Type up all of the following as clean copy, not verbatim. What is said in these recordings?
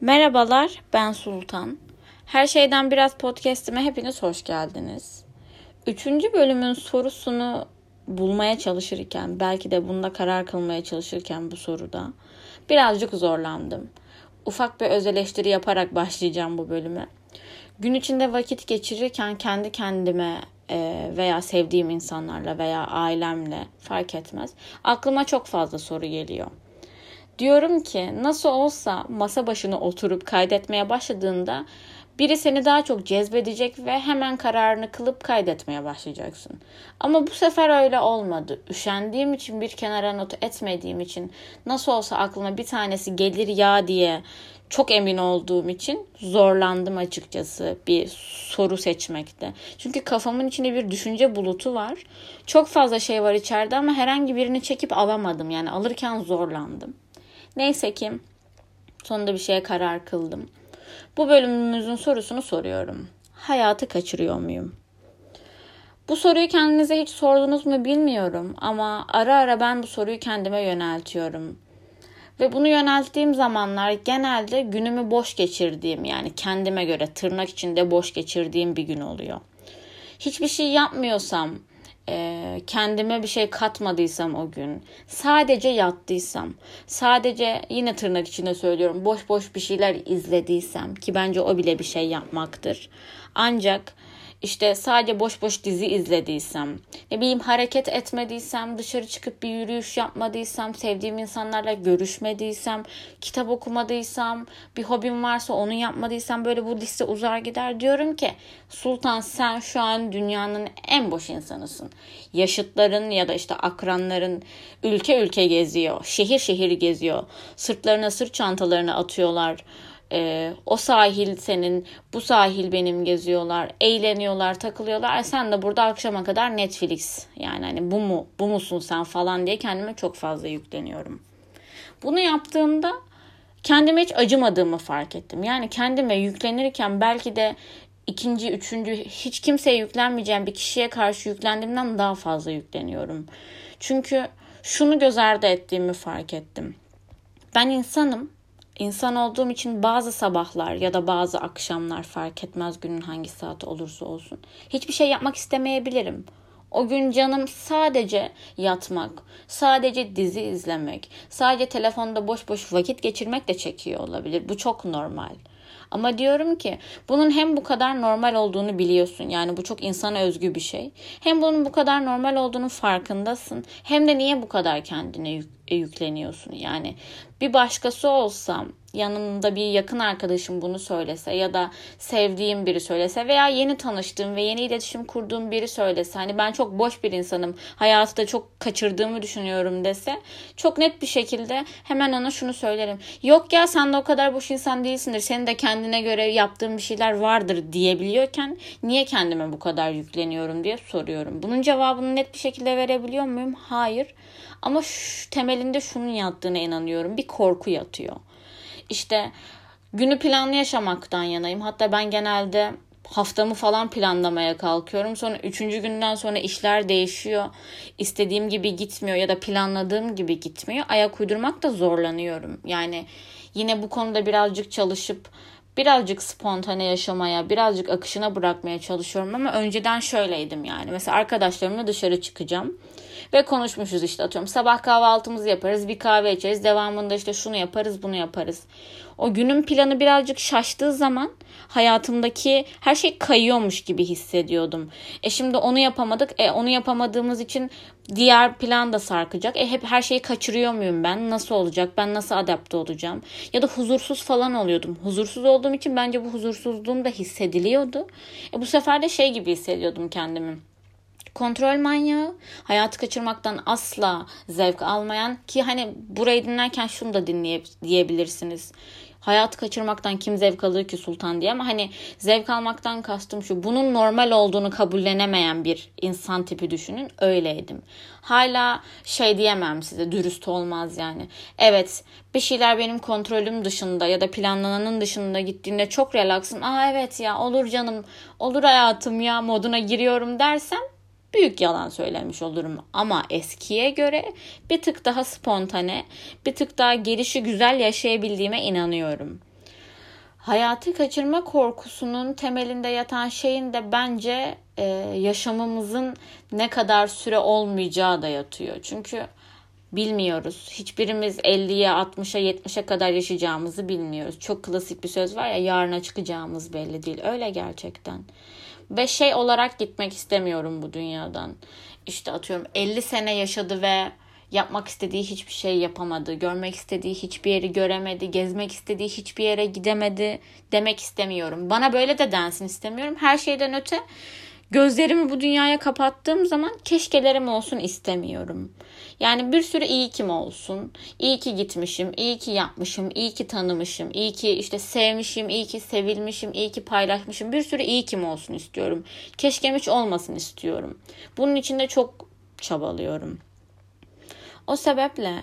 Merhabalar, ben Sultan. Her şeyden biraz podcast'ime hepiniz hoş geldiniz. Üçüncü bölümün sorusunu bulmaya çalışırken, belki de bunda karar kılmaya çalışırken bu soruda birazcık zorlandım. Ufak bir öz eleştiri yaparak başlayacağım bu bölüme. Gün içinde vakit geçirirken kendi kendime veya sevdiğim insanlarla veya ailemle fark etmez. Aklıma çok fazla soru geliyor. Diyorum ki nasıl olsa masa başına oturup kaydetmeye başladığında biri seni daha çok cezbedecek ve hemen kararını kılıp kaydetmeye başlayacaksın. Ama bu sefer öyle olmadı. Üşendiğim için bir kenara not etmediğim için nasıl olsa aklıma bir tanesi gelir ya diye çok emin olduğum için zorlandım açıkçası bir soru seçmekte. Çünkü kafamın içinde bir düşünce bulutu var. Çok fazla şey var içeride ama herhangi birini çekip alamadım. Yani alırken zorlandım. Neyse ki sonunda bir şeye karar kıldım. Bu bölümümüzün sorusunu soruyorum. Hayatı kaçırıyor muyum? Bu soruyu kendinize hiç sordunuz mu bilmiyorum ama ara ara ben bu soruyu kendime yöneltiyorum. Ve bunu yönelttiğim zamanlar genelde günümü boş geçirdiğim, yani kendime göre tırnak içinde boş geçirdiğim bir gün oluyor. Hiçbir şey yapmıyorsam, kendime bir şey katmadıysam o gün, sadece yattıysam, sadece yine tırnak içinde söylüyorum boş boş bir şeyler izlediysem, ki bence o bile bir şey yapmaktır. Ancak işte sadece boş boş dizi izlediysem, ne bileyim hareket etmediysem, dışarı çıkıp bir yürüyüş yapmadıysam, sevdiğim insanlarla görüşmediysem, kitap okumadıysam, bir hobim varsa onu yapmadıysam, böyle bu liste uzar gider. Diyorum ki Sultan, sen şu an dünyanın en boş insanısın. Yaşıtların ya da işte akranların ülke ülke geziyor, şehir şehir geziyor, sırtlarına sırt çantalarını atıyorlar. O sahil senin, bu sahil benim geziyorlar, eğleniyorlar, takılıyorlar. Sen de burada akşama kadar Netflix. Yani hani bu musun sen falan diye kendime çok fazla yükleniyorum. Bunu yaptığımda kendime hiç acımadığımı fark ettim. Yani kendime yüklenirken belki de ikinci, üçüncü hiç kimseye yüklenmeyeceğim bir kişiye karşı yüklendiğimden daha fazla yükleniyorum. Çünkü şunu göz ardı ettiğimi fark ettim. Ben insanım. İnsan olduğum için bazı sabahlar ya da bazı akşamlar, fark etmez günün hangi saati olursa olsun, hiçbir şey yapmak istemeyebilirim. O gün canım sadece yatmak, sadece dizi izlemek, sadece telefonda boş boş vakit geçirmek de çekiyor olabilir. Bu çok normal. Ama diyorum ki bunun hem bu kadar normal olduğunu biliyorsun. Yani bu çok insana özgü bir şey. Hem bunun bu kadar normal olduğunun farkındasın. Hem de niye bu kadar kendine yükleniyorsun? Yani bir başkası olsam, yanımda bir yakın arkadaşım bunu söylese ya da sevdiğim biri söylese veya yeni tanıştığım ve yeni iletişim kurduğum biri söylese, hani ben çok boş bir insanım, hayatı da çok kaçırdığımı düşünüyorum dese, çok net bir şekilde hemen ona şunu söylerim. Yok ya, sen de o kadar boş insan değilsindir. Senin de kendine göre yaptığın bir şeyler vardır diyebiliyorken niye kendime bu kadar yükleniyorum diye soruyorum. Bunun cevabını net bir şekilde verebiliyor muyum? Hayır. Ama temelinde şunun yattığına inanıyorum. Bir korku yatıyor. İşte günü planlı yaşamaktan yanayım. Hatta ben genelde haftamı falan planlamaya kalkıyorum. Sonra 3. günden sonra işler değişiyor. İstediğim gibi gitmiyor ya da planladığım gibi gitmiyor. Ayak uydurmakta zorlanıyorum. Yani yine bu konuda birazcık çalışıp birazcık spontane yaşamaya, birazcık akışına bırakmaya çalışıyorum ama önceden şöyleydim yani. Mesela arkadaşlarımla dışarı çıkacağım ve konuşmuşuz, işte atıyorum sabah kahvaltımızı yaparız, bir kahve içeriz, devamında işte şunu yaparız, bunu yaparız. O günün planı birazcık şaştığı zaman hayatımdaki her şey kayıyormuş gibi hissediyordum. Şimdi onu yapamadık. Onu yapamadığımız için diğer plan da sarkacak. Hep her şeyi kaçırıyor muyum ben? Nasıl olacak? Ben nasıl adapte olacağım? Ya da huzursuz falan oluyordum. Huzursuz olduğum için bence bu huzursuzluğum da hissediliyordu. Bu sefer de şey gibi hissediyordum kendimi. Kontrol manyağı, hayatı kaçırmaktan asla zevk almayan, ki hani burayı dinlerken şunu da diyebilirsiniz. Hayatı kaçırmaktan kim zevk alır ki Sultan diye, ama hani zevk almaktan kastım şu: bunun normal olduğunu kabullenemeyen bir insan tipi düşünün, öyleydim. Hala şey diyemem size, dürüst olmaz yani. Evet, bir şeyler benim kontrolüm dışında ya da planlananın dışında gittiğinde çok relaxım. Evet ya, olur canım, olur hayatım ya moduna giriyorum dersem büyük yalan söylemiş olurum. Ama eskiye göre bir tık daha spontane, bir tık daha gelişi güzel yaşayabildiğime inanıyorum. Hayatı kaçırma korkusunun temelinde yatan şeyin de bence yaşamımızın ne kadar süre olmayacağı da yatıyor. Çünkü bilmiyoruz. Hiçbirimiz 50'ye, 60'a, 70'e kadar yaşayacağımızı bilmiyoruz. Çok klasik bir söz var ya, yarına çıkacağımız belli değil. Öyle gerçekten. Ve şey olarak gitmek istemiyorum bu dünyadan. İşte atıyorum 50 sene yaşadı ve yapmak istediği hiçbir şey yapamadı. Görmek istediği hiçbir yeri göremedi. Gezmek istediği hiçbir yere gidemedi demek istemiyorum. Bana böyle de densin istemiyorum. Her şeyden öte gözlerimi bu dünyaya kapattığım zaman keşkelerim olsun istemiyorum. Yani bir sürü iyi kim olsun. İyi ki gitmişim, iyi ki yapmışım, iyi ki tanımışım, iyi ki işte sevmişim, iyi ki sevilmişim, iyi ki paylaşmışım. Bir sürü iyi kim olsun istiyorum. Keşkem hiç olmasın istiyorum. Bunun için de çok çabalıyorum. O sebeple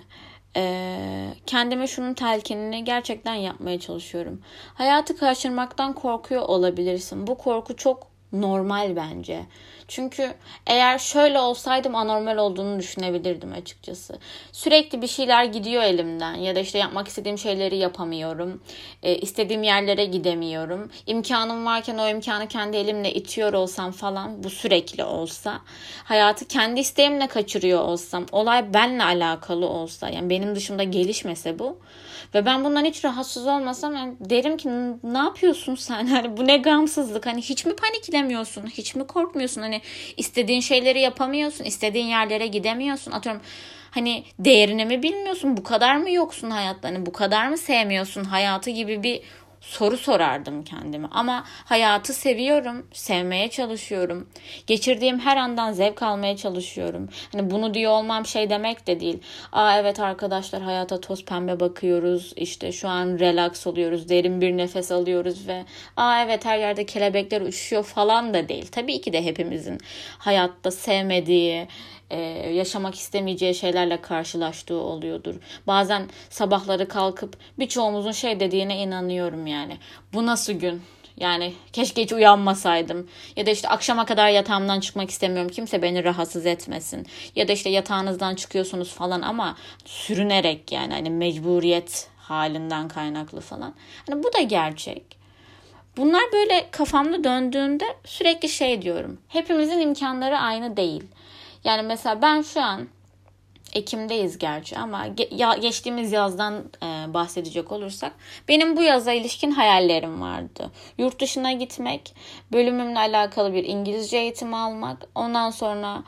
kendime şunun telkinini gerçekten yapmaya çalışıyorum. Hayatı kaçırmaktan korkuyor olabilirsin. Bu korku çok normal bence. Çünkü eğer şöyle olsaydım anormal olduğunu düşünebilirdim açıkçası. Sürekli bir şeyler gidiyor elimden ya da işte yapmak istediğim şeyleri yapamıyorum. İstediğim yerlere gidemiyorum. İmkanım varken o imkanı kendi elimle itiyor olsam falan, bu sürekli olsa, hayatı kendi isteğimle kaçırıyor olsam, olay benle alakalı olsa, yani benim dışımda gelişmese bu ve ben bundan hiç rahatsız olmasam, yani derim ki ne yapıyorsun sen? Hani bu ne gamsızlık? Hani hiç mi paniklemiyorsun? Hiç mi korkmuyorsun? Hani istediğin şeyleri yapamıyorsun, istediğin yerlere gidemiyorsun. Atıyorum hani değerini mi bilmiyorsun? Bu kadar mı yoksun hayatta? Hani bu kadar mı sevmiyorsun hayatı gibi bir soru sorardım kendime. Ama hayatı seviyorum, sevmeye çalışıyorum. Geçirdiğim her andan zevk almaya çalışıyorum. Hani bunu diyor olmam şey demek de değil. Evet arkadaşlar, hayata toz pembe bakıyoruz. İşte şu an relax oluyoruz, derin bir nefes alıyoruz ve evet her yerde kelebekler uçuşuyor falan da değil. Tabii ki de hepimizin hayatta sevmediği, yaşamak istemeyeceği şeylerle karşılaştığı oluyordur. Bazen sabahları kalkıp birçoğumuzun şey dediğine inanıyorum yani. Bu nasıl gün? Yani keşke hiç uyanmasaydım. Ya da işte akşama kadar yatağımdan çıkmak istemiyorum. Kimse beni rahatsız etmesin. Ya da işte yatağınızdan çıkıyorsunuz falan ama sürünerek, yani hani mecburiyet halinden kaynaklı falan. Hani bu da gerçek. Bunlar böyle kafamda döndüğünde sürekli şey diyorum. Hepimizin imkanları aynı değil. Yani mesela ben şu an Ekim'deyiz gerçi ama geçtiğimiz yazdan bahsedecek olursak benim bu yaza ilişkin hayallerim vardı. Yurt dışına gitmek, bölümümle alakalı bir İngilizce eğitimi almak, ondan sonra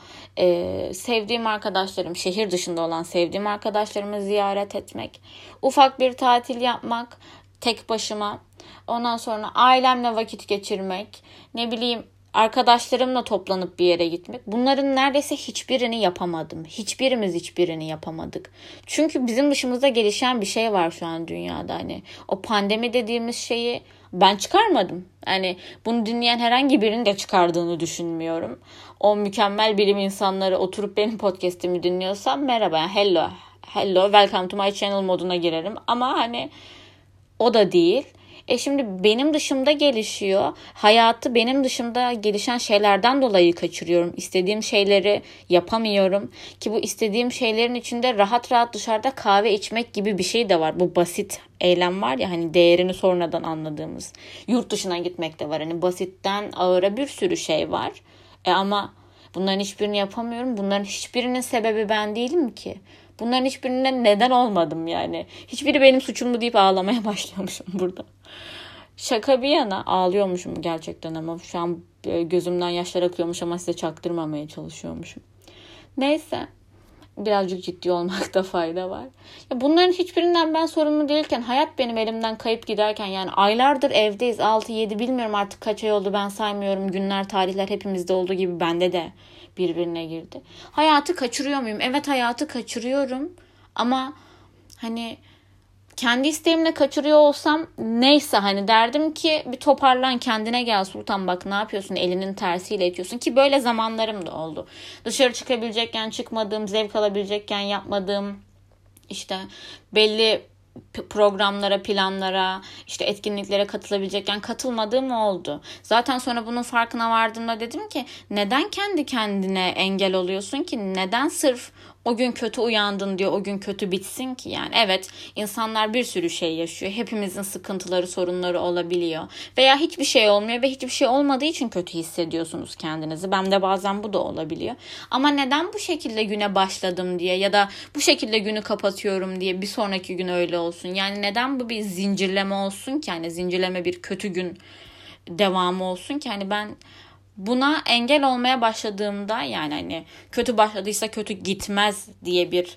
sevdiğim arkadaşlarım, şehir dışında olan sevdiğim arkadaşlarımı ziyaret etmek, ufak bir tatil yapmak tek başıma, ondan sonra ailemle vakit geçirmek, ne bileyim arkadaşlarımla toplanıp bir yere gitmek. Bunların neredeyse hiçbirini yapamadım. Hiçbirimiz hiçbirini yapamadık. Çünkü bizim dışımızda gelişen bir şey var şu an dünyada. Hani o pandemi dediğimiz şeyi ben çıkarmadım. Yani bunu dinleyen herhangi birinin de çıkardığını düşünmüyorum. O mükemmel bilim insanları oturup benim podcast'imi dinliyorsa merhaba, hello, welcome to my channel moduna girerim. Ama hani o da değil. Şimdi benim dışımda gelişiyor. Hayatı benim dışımda gelişen şeylerden dolayı kaçırıyorum. İstediğim şeyleri yapamıyorum. Ki bu istediğim şeylerin içinde rahat rahat dışarıda kahve içmek gibi bir şey de var. Bu basit eylem var ya, hani değerini sonradan anladığımız. Yurt dışına gitmek de var. Hani basitten ağıra bir sürü şey var. Ama bunların hiçbirini yapamıyorum. Bunların hiçbirinin sebebi ben değilim ki. Bunların hiçbirinden neden olmadım yani. Hiçbiri benim suçum mu deyip ağlamaya başlıyormuşum burada. Şaka bir yana ağlıyormuşum gerçekten ama şu an gözümden yaşlar akıyormuş ama size çaktırmamaya çalışıyormuşum. Neyse, birazcık ciddi olmakta fayda var. Ya bunların hiçbirinden ben sorumlu değilken, hayat benim elimden kayıp giderken, yani aylardır evdeyiz, 6-7 bilmiyorum artık kaç ay oldu ben saymıyorum. Günler, tarihler hepimizde olduğu gibi bende de birbirine girdi. Hayatı kaçırıyor muyum? Evet, hayatı kaçırıyorum ama hani kendi isteğimle kaçırıyor olsam neyse, hani derdim ki bir toparlan, kendine gel Sultan, bak ne yapıyorsun, elinin tersiyle itiyorsun. Ki böyle zamanlarım da oldu. Dışarı çıkabilecekken çıkmadığım, zevk alabilecekken yapmadığım, işte belli programlara, planlara, işte etkinliklere katılabilecekken katılmadığım oldu. Zaten sonra bunun farkına vardığımda dedim ki neden kendi kendine engel oluyorsun ki? Neden sırf o gün kötü uyandın diyor o gün kötü bitsin ki yani. Evet, insanlar bir sürü şey yaşıyor. Hepimizin sıkıntıları, sorunları olabiliyor. Veya hiçbir şey olmuyor ve hiçbir şey olmadığı için kötü hissediyorsunuz kendinizi. Ben de bazen bu da olabiliyor. Ama neden bu şekilde güne başladım diye ya da bu şekilde günü kapatıyorum diye bir sonraki gün öyle olsun. Yani neden bu bir zincirleme olsun ki? Yani zincirleme bir kötü gün devamı olsun ki? Hani ben buna engel olmaya başladığımda, yani hani kötü başladıysa kötü gitmez diye bir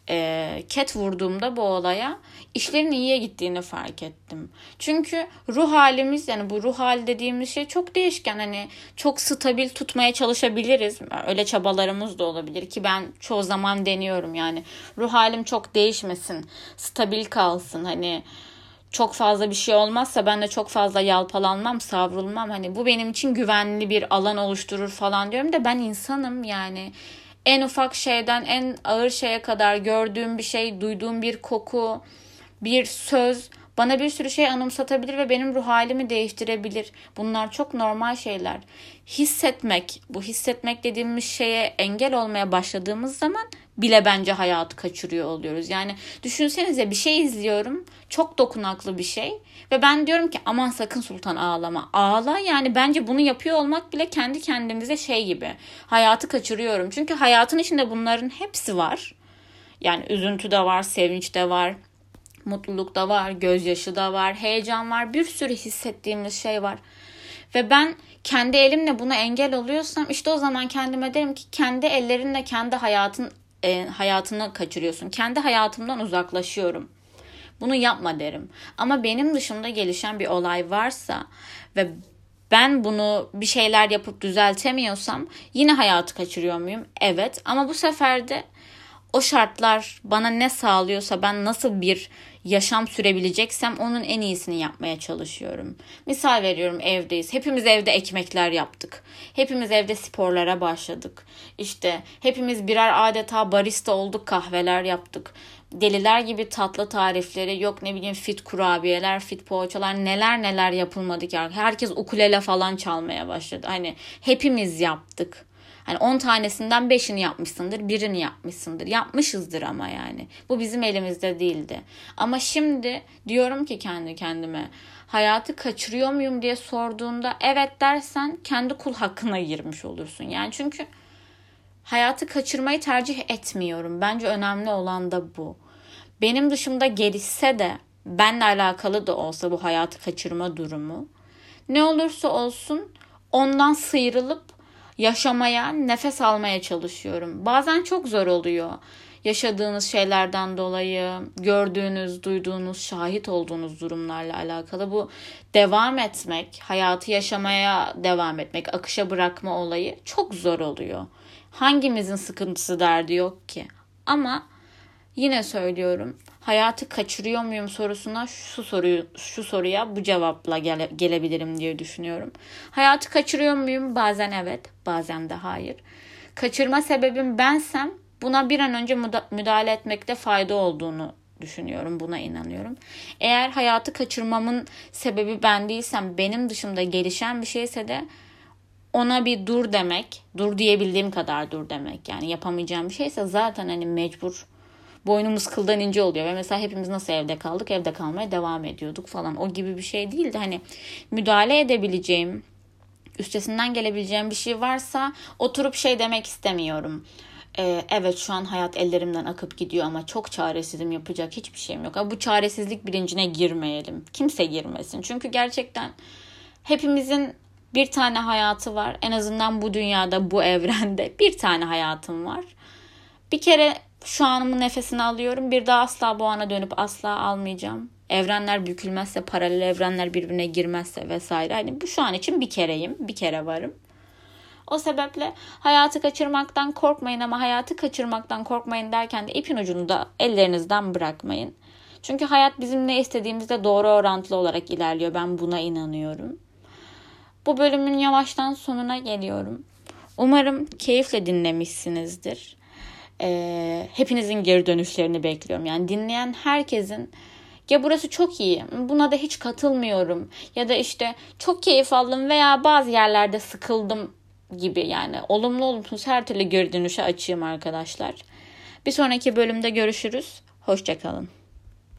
ket vurduğumda bu olaya, işlerin iyiye gittiğini fark ettim. Çünkü ruh halimiz, yani bu ruh hali dediğimiz şey çok değişken. Hani çok stabil tutmaya çalışabiliriz. Öyle çabalarımız da olabilir ki ben çoğu zaman deniyorum yani. Ruh halim çok değişmesin, stabil kalsın. Hani çok fazla bir şey olmazsa ben de çok fazla yalpalanmam, savrulmam. Hani bu benim için güvenli bir alan oluşturur falan diyorum da ben insanım yani. En ufak şeyden en ağır şeye kadar gördüğüm bir şey, duyduğum bir koku, bir söz bana bir sürü şey anımsatabilir ve benim ruh halimi değiştirebilir. Bunlar çok normal şeyler. Hissetmek, bu hissetmek dediğimiz şeye engel olmaya başladığımız zaman bile bence hayatı kaçırıyor oluyoruz. Yani düşünsenize, bir şey izliyorum, çok dokunaklı bir şey ve ben diyorum ki aman sakın Sultan ağlama. Ağla, yani bence bunu yapıyor olmak bile kendi kendimize şey gibi, hayatı kaçırıyorum. Çünkü hayatın içinde bunların hepsi var. Yani üzüntü de var, sevinç de var, mutluluk da var, gözyaşı da var, heyecan var, bir sürü hissettiğimiz şey var. Ve ben kendi elimle buna engel oluyorsam işte o zaman kendime derim ki kendi ellerinle kendi hayatını kaçırıyorsun. Kendi hayatımdan uzaklaşıyorum. Bunu yapma derim. Ama benim dışımda gelişen bir olay varsa ve ben bunu bir şeyler yapıp düzeltemiyorsam yine hayatı kaçırıyor muyum? Evet, ama bu sefer de o şartlar bana ne sağlıyorsa, ben nasıl bir yaşam sürebileceksem onun en iyisini yapmaya çalışıyorum. Misal veriyorum, evdeyiz. Hepimiz evde ekmekler yaptık. Hepimiz evde sporlara başladık. İşte hepimiz birer adeta barista olduk, kahveler yaptık. Deliler gibi tatlı tarifleri, yok ne bileyim fit kurabiyeler, fit poğaçalar, neler neler yapılmadı ki. Herkes ukulele falan çalmaya başladı. Hani hepimiz yaptık. Hani 10 tanesinden 5'ini yapmışsındır, birini yapmışsındır. Yapmışızdır ama yani. Bu bizim elimizde değildi. Ama şimdi diyorum ki kendi kendime, hayatı kaçırıyor muyum diye sorduğunda evet dersen kendi kul hakkına girmiş olursun. Yani çünkü hayatı kaçırmayı tercih etmiyorum. Bence önemli olan da bu. Benim dışımda gelişse de, benle alakalı da olsa bu hayatı kaçırma durumu, ne olursa olsun ondan sıyrılıp yaşamaya, nefes almaya çalışıyorum. Bazen çok zor oluyor. Yaşadığınız şeylerden dolayı, gördüğünüz, duyduğunuz, şahit olduğunuz durumlarla alakalı bu devam etmek, hayatı yaşamaya devam etmek, akışa bırakma olayı çok zor oluyor. Hangimizin sıkıntısı, derdi yok ki? Ama yine söylüyorum, hayatı kaçırıyor muyum sorusuna şu soruya bu cevapla gelebilirim diye düşünüyorum. Hayatı kaçırıyor muyum? Bazen evet, bazen de hayır. Kaçırma sebebim bensem buna bir an önce müdahale etmekte fayda olduğunu düşünüyorum, buna inanıyorum. Eğer hayatı kaçırmamın sebebi ben değilsem, benim dışımda gelişen bir şeyse de ona bir dur demek, dur diyebildiğim kadar dur demek. Yani yapamayacağım bir şeyse zaten hani mecbur, boynumuz kıldan ince oluyor. Ve mesela hepimiz nasıl evde kaldık, evde kalmaya devam ediyorduk falan. O gibi bir şey değil de hani müdahale edebileceğim, üstesinden gelebileceğim bir şey varsa oturup şey demek istemiyorum. Evet, şu an hayat ellerimden akıp gidiyor ama çok çaresizim, yapacak hiçbir şeyim yok. Ama bu çaresizlik bilincine girmeyelim. Kimse girmesin. Çünkü gerçekten hepimizin bir tane hayatı var. En azından bu dünyada, bu evrende bir tane hayatım var. Bir kere şu anımın nefesini alıyorum. Bir daha asla bu ana dönüp asla almayacağım. Evrenler bükülmezse, paralel evrenler birbirine girmezse vesaire. Hani bu şu an için bir kereyim, bir kere varım. O sebeple hayatı kaçırmaktan korkmayın, ama hayatı kaçırmaktan korkmayın derken de ipin ucunu da ellerinizden bırakmayın. Çünkü hayat bizim ne istediğimizle doğru orantılı olarak ilerliyor. Ben buna inanıyorum. Bu bölümün yavaştan sonuna geliyorum. Umarım keyifle dinlemişsinizdir. Hepinizin geri dönüşlerini bekliyorum. Yani dinleyen herkesin ya burası çok iyi, buna da hiç katılmıyorum ya da işte çok keyif aldım veya bazı yerlerde sıkıldım gibi, yani olumlu olumsuz her türlü geri dönüşe açığım arkadaşlar. Bir sonraki bölümde görüşürüz. Hoşça kalın.